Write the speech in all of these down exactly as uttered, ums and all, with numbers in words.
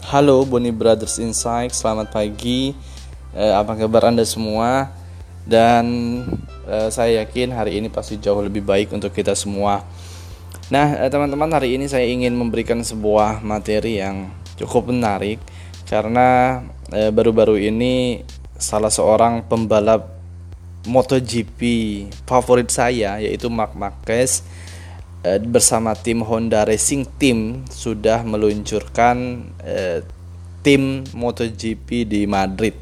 Halo Boni Brothers Insight, selamat pagi. Eh, apa kabar Anda semua? Dan eh, saya yakin hari ini pasti jauh lebih baik untuk kita semua. Nah, eh, teman-teman, hari ini saya ingin memberikan sebuah materi yang cukup menarik karena eh, baru-baru ini salah seorang pembalap MotoGP favorit saya, yaitu Marc Marquez, bersama tim Honda Racing Team sudah meluncurkan eh, tim MotoGP di Madrid.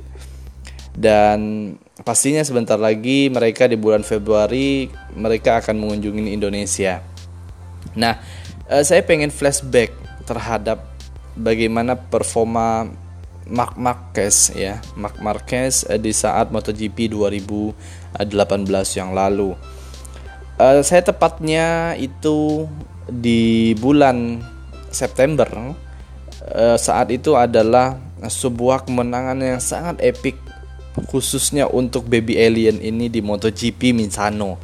Dan pastinya sebentar lagi mereka di bulan Februari mereka akan mengunjungi Indonesia. Nah, eh, saya pengen flashback terhadap bagaimana performa Marc Marquez ya, Marc Marquez eh, di saat MotoGP dua ribu delapan belas yang lalu. Uh, saya tepatnya itu di bulan September. Uh, saat itu adalah sebuah kemenangan yang sangat epik, khususnya untuk Baby Alien ini di MotoGP Misano.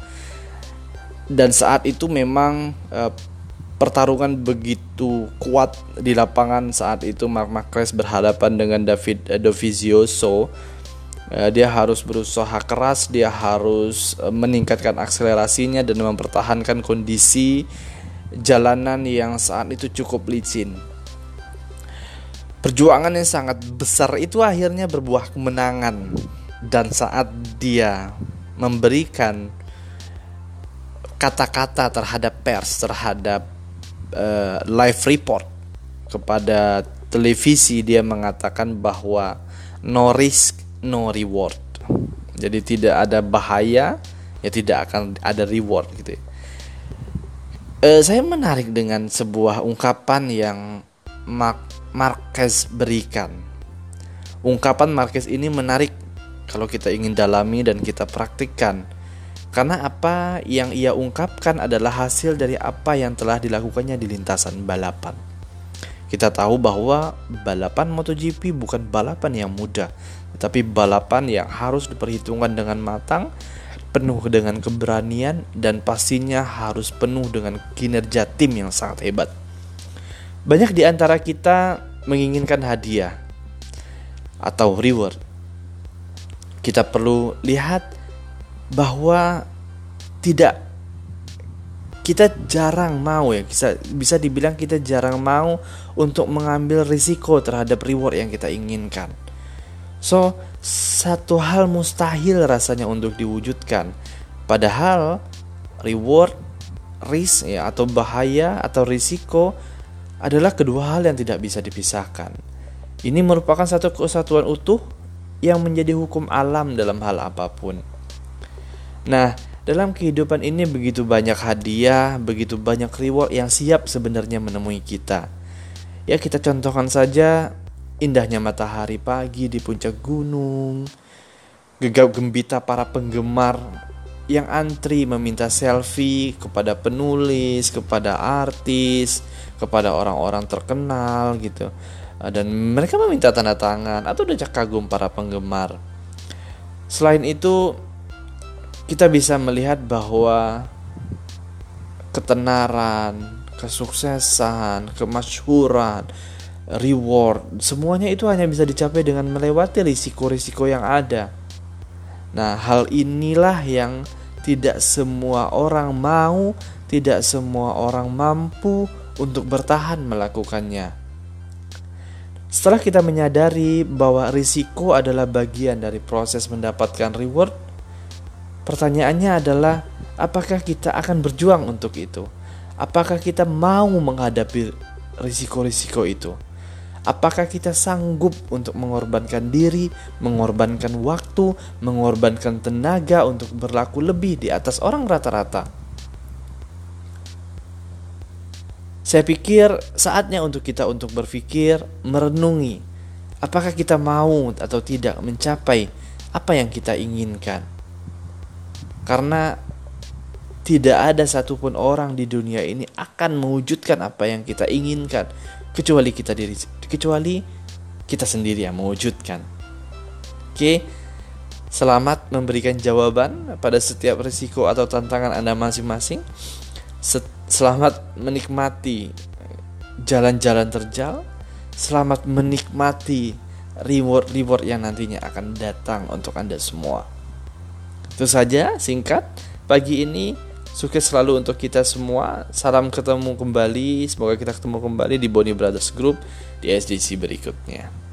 Dan saat itu memang uh, pertarungan begitu kuat di lapangan. Saat itu Marc Marquez berhadapan dengan David uh, Dovizioso. Dia harus berusaha keras, dia harus meningkatkan akselerasinya dan mempertahankan kondisi jalanan yang saat itu cukup licin. Perjuangan yang sangat besar itu akhirnya berbuah kemenangan. Dan saat dia memberikan kata-kata terhadap pers, terhadap uh, live report kepada televisi, dia mengatakan bahwa no risk, no reward. Jadi tidak ada bahaya, ya tidak akan ada reward gitu. E, saya menarik dengan sebuah ungkapan yang Marc Marquez berikan. Ungkapan Marquez ini menarik kalau kita ingin dalami dan kita praktikkan. Karena apa yang ia ungkapkan adalah hasil dari apa yang telah dilakukannya di lintasan balapan. Kita tahu bahwa balapan MotoGP bukan balapan yang mudah, tetapi balapan yang harus diperhitungkan dengan matang, penuh dengan keberanian, dan pastinya harus penuh dengan kinerja tim yang sangat hebat. Banyak di antara kita menginginkan hadiah atau reward. Kita perlu lihat bahwa tidak kita jarang mau ya, bisa, bisa dibilang kita jarang mau untuk mengambil risiko terhadap reward yang kita inginkan. So, satu hal mustahil rasanya untuk diwujudkan. Padahal reward, risk ya, atau bahaya atau risiko adalah kedua hal yang tidak bisa dipisahkan. Ini merupakan satu kesatuan utuh yang menjadi hukum alam dalam hal apapun. Nah, dalam kehidupan ini begitu banyak hadiah, begitu banyak reward yang siap sebenarnya menemui kita. Ya, kita contohkan saja indahnya matahari pagi di puncak gunung, gegap gembita para penggemar yang antri meminta selfie kepada penulis, kepada artis, kepada orang-orang terkenal gitu. Dan mereka meminta tanda tangan atau decak kagum para penggemar. Selain itu, kita bisa melihat bahwa ketenaran, kesuksesan, kemasyhuran, reward, semuanya itu hanya bisa dicapai dengan melewati risiko-risiko yang ada. Nah, hal inilah yang tidak semua orang mau, tidak semua orang mampu untuk bertahan melakukannya. Setelah kita menyadari bahwa risiko adalah bagian dari proses mendapatkan reward, pertanyaannya adalah, apakah kita akan berjuang untuk itu? Apakah kita mau menghadapi risiko-risiko itu? Apakah kita sanggup untuk mengorbankan diri, mengorbankan waktu, mengorbankan tenaga untuk berlaku lebih di atas orang rata-rata? Saya pikir saatnya untuk kita untuk berpikir, merenungi, apakah kita mau atau tidak mencapai apa yang kita inginkan. Karena tidak ada satupun orang di dunia ini akan mewujudkan apa yang kita inginkan kecuali kita diri, kecuali kita sendiri yang mewujudkan. Oke, selamat memberikan jawaban pada setiap risiko atau tantangan Anda masing-masing. Selamat menikmati jalan-jalan terjal. Selamat menikmati reward-reward yang nantinya akan datang untuk Anda semua. Itu saja singkat pagi ini. Sukses selalu untuk kita semua. Salam ketemu kembali. Semoga kita ketemu kembali di Boni Brothers Group di S D C berikutnya.